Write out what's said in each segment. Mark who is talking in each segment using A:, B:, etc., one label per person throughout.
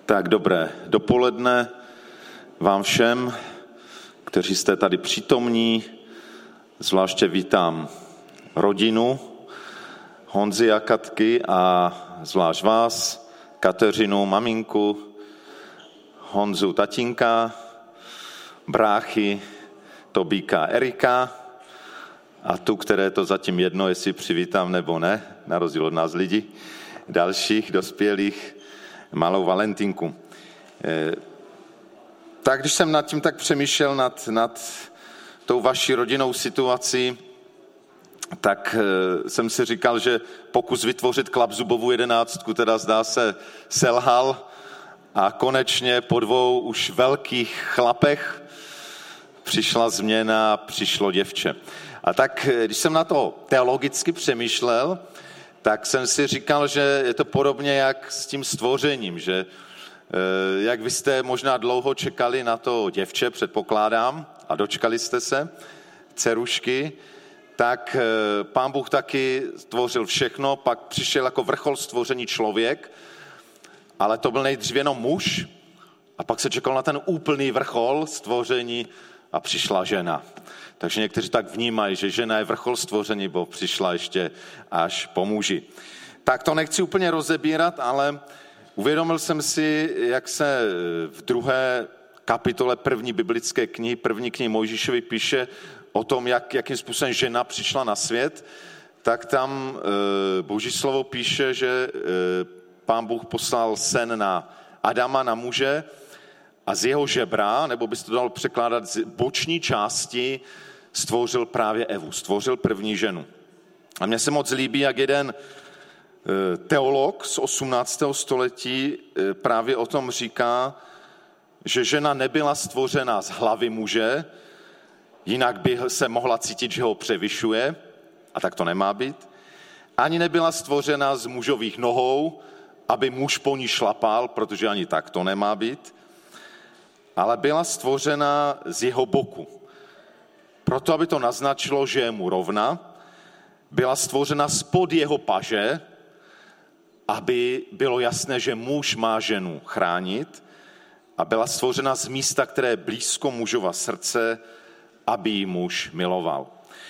A: Tak dobré dopoledne vám všem, kteří jste tady přítomní. Zvláště vítám rodinu Honzy a Katky a zvlášť vás, Kateřinu, maminku, Honzu, tatínka, bráchy, Tobíka, Erika a tu, které je to zatím jedno, jestli přivítám nebo ne, na rozdíl od nás lidí, dalších dospělých, malou Valentinku. Tak když jsem nad tím tak přemýšlel nad tou vaší rodinnou situací, tak jsem si říkal, že pokus vytvořit Klapzubovou 11 teda zdá se selhal a konečně po 2 už velkých chlapech přišla změna, přišlo děvče. A tak, když jsem na to teologicky přemýšlel, tak jsem si říkal, že je to podobně jak s tím stvořením, že jak vy jste možná dlouho čekali na to děvče, předpokládám, a dočkali jste se, dcerušky, tak Pán Bůh taky stvořil všechno, pak přišel jako vrchol stvoření člověk, ale to byl nejdřív jenom muž a pak se čekal na ten úplný vrchol stvoření a přišla žena. Takže někteří tak vnímají, že žena je vrchol stvoření, bo přišla ještě až po muži. Tak to nechci úplně rozebírat, ale uvědomil jsem si, jak se v 2. kapitole 1. biblické knihy, 1. knihy Mojžíšovi píše o tom, jakým způsobem žena přišla na svět, tak tam Boží slovo píše, že Pán Bůh poslal sen na Adama, na muže, a z jeho žebra, nebo by se to dalo překládat z boční části, stvořil právě Evu, stvořil první ženu. A mně se moc líbí, jak jeden teolog z 18. století právě o tom říká, že žena nebyla stvořena z hlavy muže, jinak by se mohla cítit, že ho převyšuje, a tak to nemá být. Ani nebyla stvořena z mužových nohou, aby muž po ní šlapal, protože ani tak to nemá být, ale byla stvořena z jeho boku. Proto, aby to naznačilo, že je mu rovna, byla stvořena spod jeho paže, aby bylo jasné, že muž má ženu chránit, a byla stvořena z místa, které je blízko mužova srdce, aby ji muž miloval.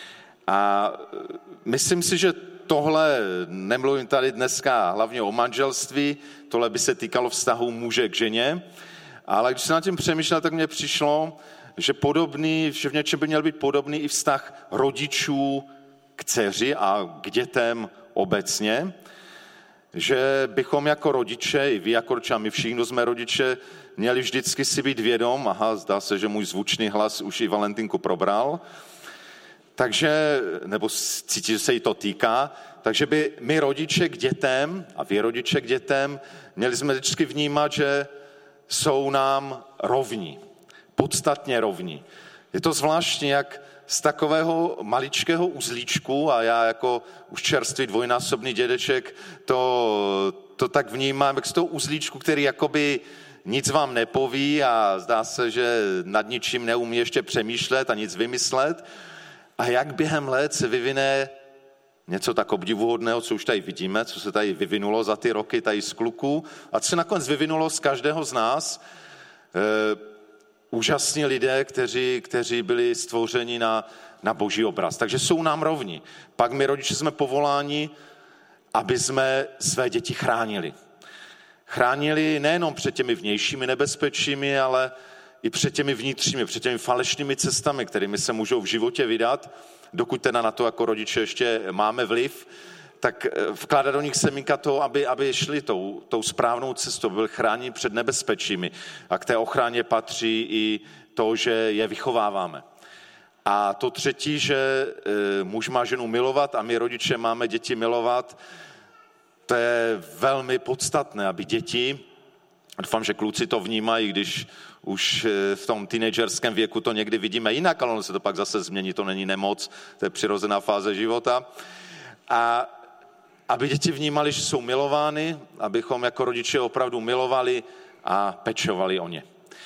A: A myslím si, že tohle, nemluvím tady dneska hlavně o manželství, tohle by se týkalo vztahu muže k ženě, ale když jsem nad tím přemýšlel, tak mně přišlo, že v něčem by měl být podobný i vztah rodičů k dceři a k dětem obecně, že bychom jako rodiče, i vy jako rodiče, a my všichni jsme rodiče, měli vždycky si být vědom, zdá se, že můj zvučný hlas už i Valentinku probral, takže, nebo cítí, že se jí to týká, takže by my rodiče k dětem a vy rodiče k dětem měli jsme vždycky vnímat, že jsou nám rovní, podstatně rovní. Je to zvláštní, jak z takového maličkého uzlíčku, a já jako už čerstvý dvojnásobný dědeček to tak vnímám, jak z toho uzlíčku, který jakoby nic vám nepoví a zdá se, že nad ničím neumí ještě přemýšlet a nic vymyslet, a jak během let se vyvine něco tak obdivuhodného, co už tady vidíme, co se tady vyvinulo za ty roky tady z kluků a co se nakonec vyvinulo z každého z nás. Úžasní lidé, kteří byli stvořeni na Boží obraz. Takže jsou nám rovni. Pak my rodiče jsme povoláni, aby jsme své děti chránili. Chránili nejenom před těmi vnějšími nebezpečími, ale i před těmi vnitřními, před těmi falešnými cestami, kterými se můžou v životě vydat, dokud teda na to jako rodiče ještě máme vliv, tak vkládat do nich semínka toho, aby šli tou správnou cestou, byli chráněni před nebezpečími. A k té ochraně patří i to, že je vychováváme. A to třetí, že muž má ženu milovat a my rodiče máme děti milovat, to je velmi podstatné, aby děti, doufám, že kluci to vnímají, když už v tom teenagerském věku to někdy vidíme jinak, ale ono se to pak zase změní, to není nemoc, to je přirozená fáze života. A aby děti vnímali, že jsou milovány, abychom jako rodiče opravdu milovali a pečovali o ně.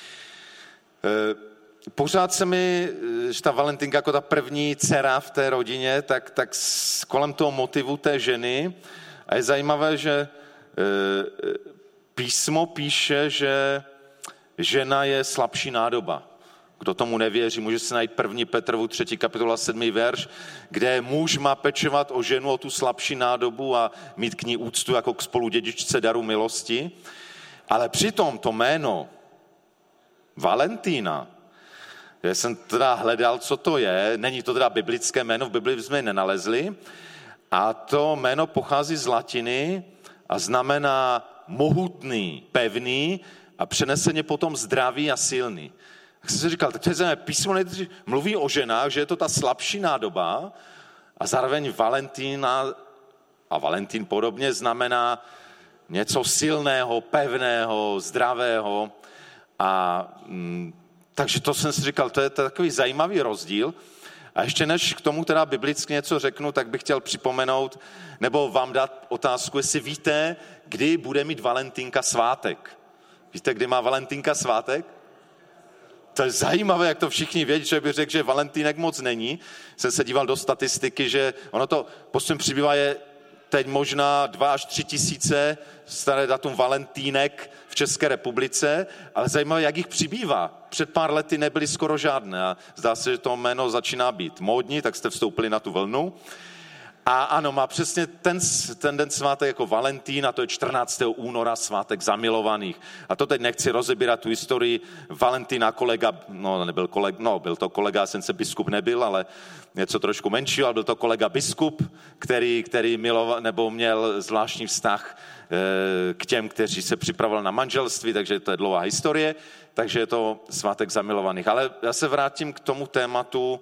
A: Pořád se mi, že ta Valentinka jako ta první dcera v té rodině, tak kolem toho motivu té ženy, a je zajímavé, že písmo píše, že žena je slabší nádoba. Kdo tomu nevěří, může si najít 1. Petrovu 3. kapitola 7. verš, kde muž má pečovat o ženu, o tu slabší nádobu a mít k ní úctu jako k spoludědičce daru milosti. Ale přitom to jméno Valentína, já jsem teda hledal, co to je, není to teda biblické jméno, v Bibli jsme ji nenalezli, a to jméno pochází z latiny a znamená mohutný, pevný a přeneseně potom zdravý a silný. Tak jsem si říkal, tak to je písmo mluví o ženách, že je to ta slabší nádoba a zároveň Valentína a Valentín podobně znamená něco silného, pevného, zdravého. A takže to jsem si říkal, to je takový zajímavý rozdíl. A ještě než k tomu teda biblicky něco řeknu, tak bych chtěl připomenout, nebo vám dát otázku, jestli víte, kdy bude mít Valentínka svátek. Víte, kdy má Valentínka svátek? To je zajímavé, jak to všichni vědí, že bych řekl, že Valentínek moc není. Jsem se díval do statistiky, že ono to postupně přibývá je teď možná 2 až 3 tisíce staré datum Valentínek v České republice, ale zajímavé, jak jich přibývá. Před pár lety nebyly skoro žádné a zdá se, že to jméno začíná být módní, tak jste vstoupili na tu vlnu. A ano, má přesně ten den svátek jako Valentín a to je 14. února, svátek zamilovaných. A to teď nechci rozebírat tu historii Valentína, kolega, byl to kolega, sice biskup nebyl, ale něco trošku menšího, ale byl to kolega biskup, který miloval, nebo měl zvláštní vztah k těm, kteří se připravovali na manželství, takže to je dlouhá historie, takže je to svátek zamilovaných. Ale já se vrátím k tomu tématu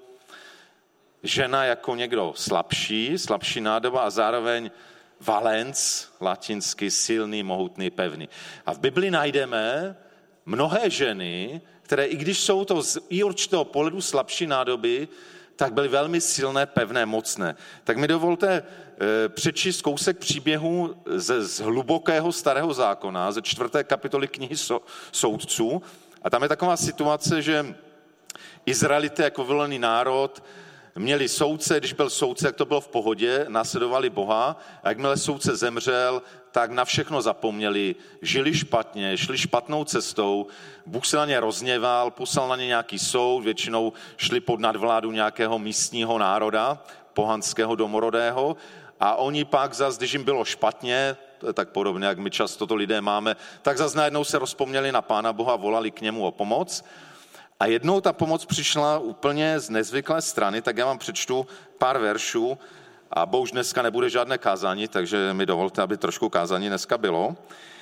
A: žena jako někdo slabší nádoba a zároveň valens, latinsky silný, mohutný, pevný. A v Bibli najdeme mnohé ženy, které i když jsou to z určitého pohledu slabší nádoby, tak byly velmi silné, pevné, mocné. Tak mi dovolte přečíst kousek příběhu z hlubokého starého zákona, ze 4. kapitoly knihy Soudců. A tam je taková situace, že Izraelité jako vyvolený národ měli soudce, když byl soudce, jak to bylo v pohodě, následovali Boha a jakmile soudce zemřel, tak na všechno zapomněli, žili špatně, šli špatnou cestou, Bůh se na ně rozněval, poslal na ně nějaký soud, většinou šli pod nadvládu nějakého místního národa, pohanského domorodého a oni pak zas, když jim bylo špatně, to je tak podobně, jak my často to lidé máme, tak zas najednou se rozpomněli na Pána Boha, volali k němu o pomoc. A jednou ta pomoc přišla úplně z nezvyklé strany, tak já vám přečtu pár veršů a už dneska nebude žádné kázání, takže mi dovolte, aby trošku kázání dneska bylo.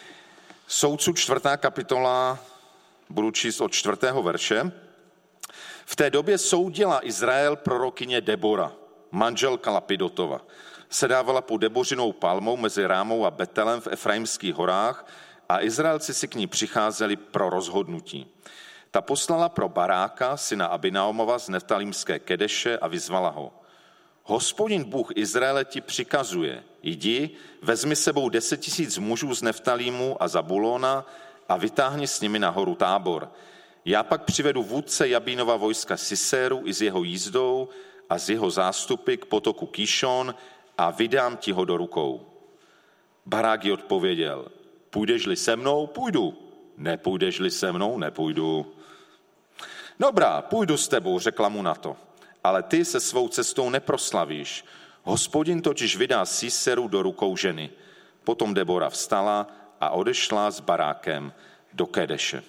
A: Soudců 4. kapitola, budu číst od 4. verše. V té době soudila Izrael prorokyně Debora, manželka Lapidotova. Sedávala pod Debořinou palmou mezi Rámou a Betelem v Efraimských horách a Izraelci si k ní přicházeli pro rozhodnutí. Ta poslala pro Baráka, syna Abinaomova z Neftalímské Kedeše a vyzvala ho. Hospodin Bůh Izraele ti přikazuje, jdi, vezmi sebou 10 000 mužů z Neftalímu a Zabulona a vytáhni s nimi na horu Tábor. Já pak přivedu vůdce Jabínova vojska Siséru i s jeho jízdou a z jeho zástupy k potoku Kíšon a vydám ti ho do rukou. Barák jí odpověděl, půjdeš-li se mnou, půjdu, nepůjdeš-li se mnou, nepůjdu. Dobrá, půjdu s tebou, řekla mu na to, ale ty se svou cestou neproslavíš. Hospodin totiž vydá Siseru do rukou ženy. Potom Debora vstala a odešla s Barákem do Kedeše.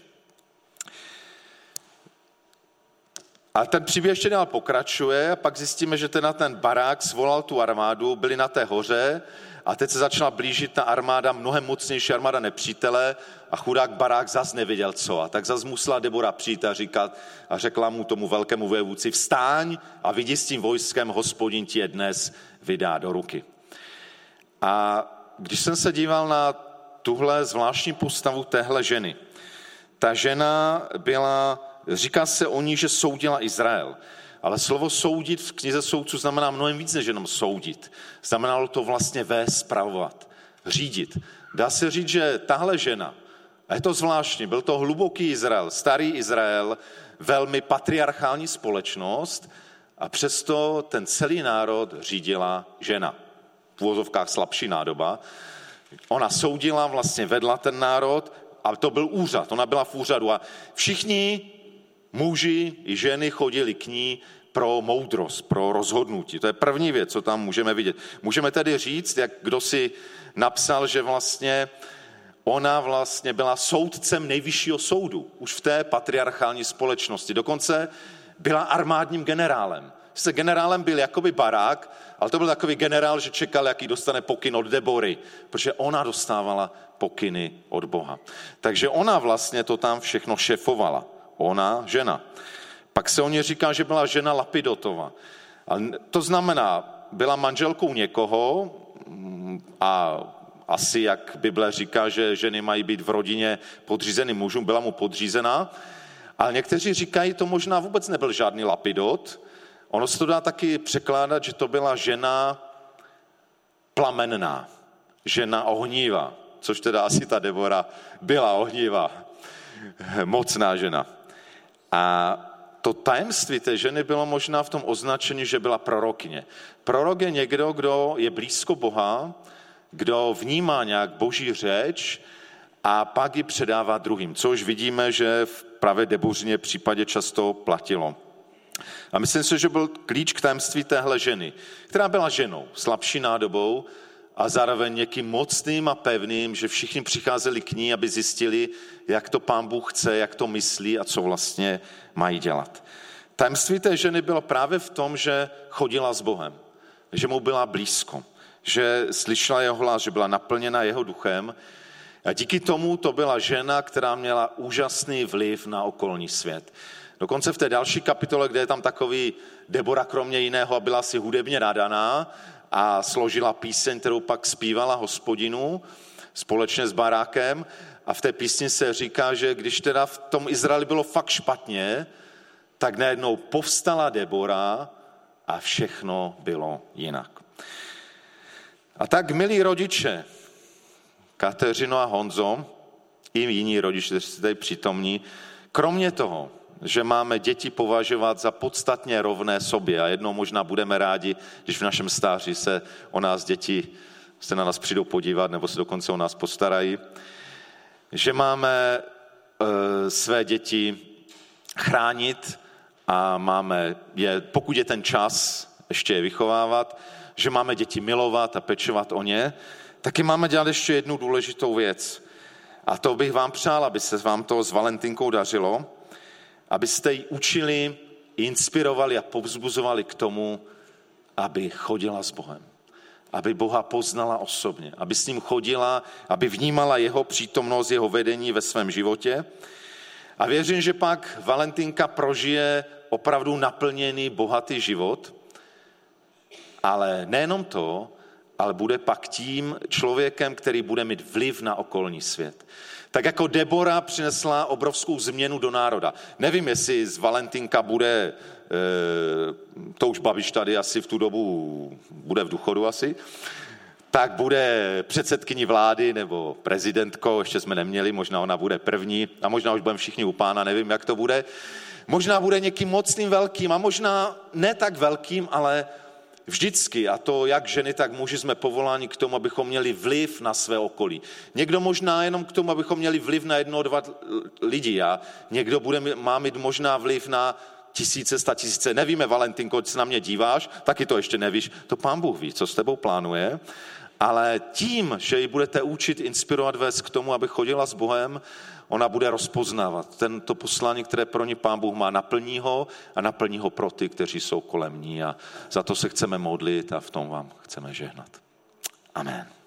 A: A ten příběh ještě dál pokračuje a pak zjistíme, že ten Barák svolal tu armádu, byli na té hoře a teď se začala blížit ta armáda, mnohem mocnější armáda nepřítele a chudák Barák zas nevěděl co. A tak zas musela Debora přijít a říkat a řekla mu tomu velkému vévůdci, vstáň a vidí s tím vojskem, Hospodin ti je dnes vydá do ruky. A když jsem se díval na tuhle zvláštní postavu téhle ženy, ta žena byla, říká se o ní, že soudila Izrael. Ale slovo soudit v knize Soudců znamená mnohem víc než jenom soudit. Znamenalo to vlastně vést, spravovat, řídit. Dá se říct, že tahle žena, a je to zvláštní, byl to hluboký Izrael, starý Izrael, velmi patriarchální společnost a přesto ten celý národ řídila žena. V uvozovkách slabší nádoba. Ona soudila, vlastně vedla ten národ a to byl úřad, ona byla v úřadu a všichni muži i ženy chodili k ní pro moudrost, pro rozhodnutí. To je první věc, co tam můžeme vidět. Můžeme tedy říct, jak kdo si napsal, že vlastně ona vlastně byla soudcem nejvyššího soudu, už v té patriarchální společnosti. Dokonce byla armádním generálem. Generálem byl jakoby barák, ale to byl takový generál, že čekal, jaký dostane pokyn od Debory, protože ona dostávala pokyny od Boha. Takže ona vlastně to tam všechno šefovala. Ona, žena. Pak se o ní říká, že byla žena Lapidotova. To znamená, byla manželkou někoho a asi, jak Bible říká, že ženy mají být v rodině podřízeným mužům, byla mu podřízená, ale někteří říkají, to možná vůbec nebyl žádný Lapidot. Ono se to dá taky překládat, že to byla žena plamenná, žena ohnívá, což teda asi ta Debora byla ohnívá, mocná žena. A to tajemství té ženy bylo možná v tom označení, že byla prorokně. Prorok je někdo, kdo je blízko Boha, kdo vnímá nějak Boží řeč a pak ji předává druhým, což vidíme, že v pravé Debořině případě často platilo. A myslím si, že byl klíč k tajemství téhle ženy, která byla ženou, slabší nádobou a zároveň někým mocným a pevným, že všichni přicházeli k ní, aby zjistili, jak to Pán Bůh chce, jak to myslí a co vlastně mají dělat. Tajemství té ženy bylo právě v tom, že chodila s Bohem, že mu byla blízko, že slyšela jeho hlas, že byla naplněna jeho duchem a díky tomu to byla žena, která měla úžasný vliv na okolní svět. Dokonce v té další kapitole, kde je tam takový Debora kromě jiného a byla si hudebně nadaná a složila píseň, kterou pak zpívala Hospodinu společně s Barákem a v té písni se říká, že když teda v tom Izraeli bylo fakt špatně, tak najednou povstala Debora a všechno bylo jinak. A tak, milí rodiče, Kateřino a Honzo, i jiní rodiče, kteří jsou tady přítomní, kromě toho, že máme děti považovat za podstatně rovné sobě a jednou možná budeme rádi, když v našem stáří se o nás děti se na nás přijdou podívat nebo se dokonce o nás postarají, že máme své děti chránit a máme je, pokud je ten čas, ještě je vychovávat, že máme děti milovat a pečovat o ně, taky máme dělat ještě jednu důležitou věc. A to bych vám přál, aby se vám to s Valentinkou dařilo, abyste ji učili, inspirovali a povzbuzovali k tomu, aby chodila s Bohem. Aby Boha poznala osobně. Aby s ním chodila, aby vnímala jeho přítomnost, jeho vedení ve svém životě. A věřím, že pak Valentinka prožije opravdu naplněný, bohatý život. Ale nejenom to, ale bude pak tím člověkem, který bude mít vliv na okolní svět. Tak jako Debora přinesla obrovskou změnu do národa. Nevím, jestli z Valentinka bude, to už Babiš tady asi v tu dobu bude v důchodu asi, tak bude předsedkyní vlády nebo prezidentkou, ještě jsme neměli, možná ona bude první a možná už budeme všichni u Pána, nevím, jak to bude. Možná bude někým mocným, velkým a možná ne tak velkým, ale vždycky, a to jak ženy, tak muži, jsme povoláni k tomu, abychom měli vliv na své okolí. Někdo možná jenom k tomu, abychom měli vliv na 1, 2 lidi a někdo má mít možná vliv na tisíce, 100 000. Nevíme, Valentinko, když se na mě díváš, taky to ještě nevíš. To Pán Bůh ví, co s tebou plánuje. Ale tím, že ji budete učit, inspirovat, vést k tomu, aby chodila s Bohem, ona bude rozpoznávat tento poslání, které pro ní Pán Bůh má, naplní ho a naplní ho pro ty, kteří jsou kolem ní. A za to se chceme modlit a v tom vám chceme žehnat. Amen.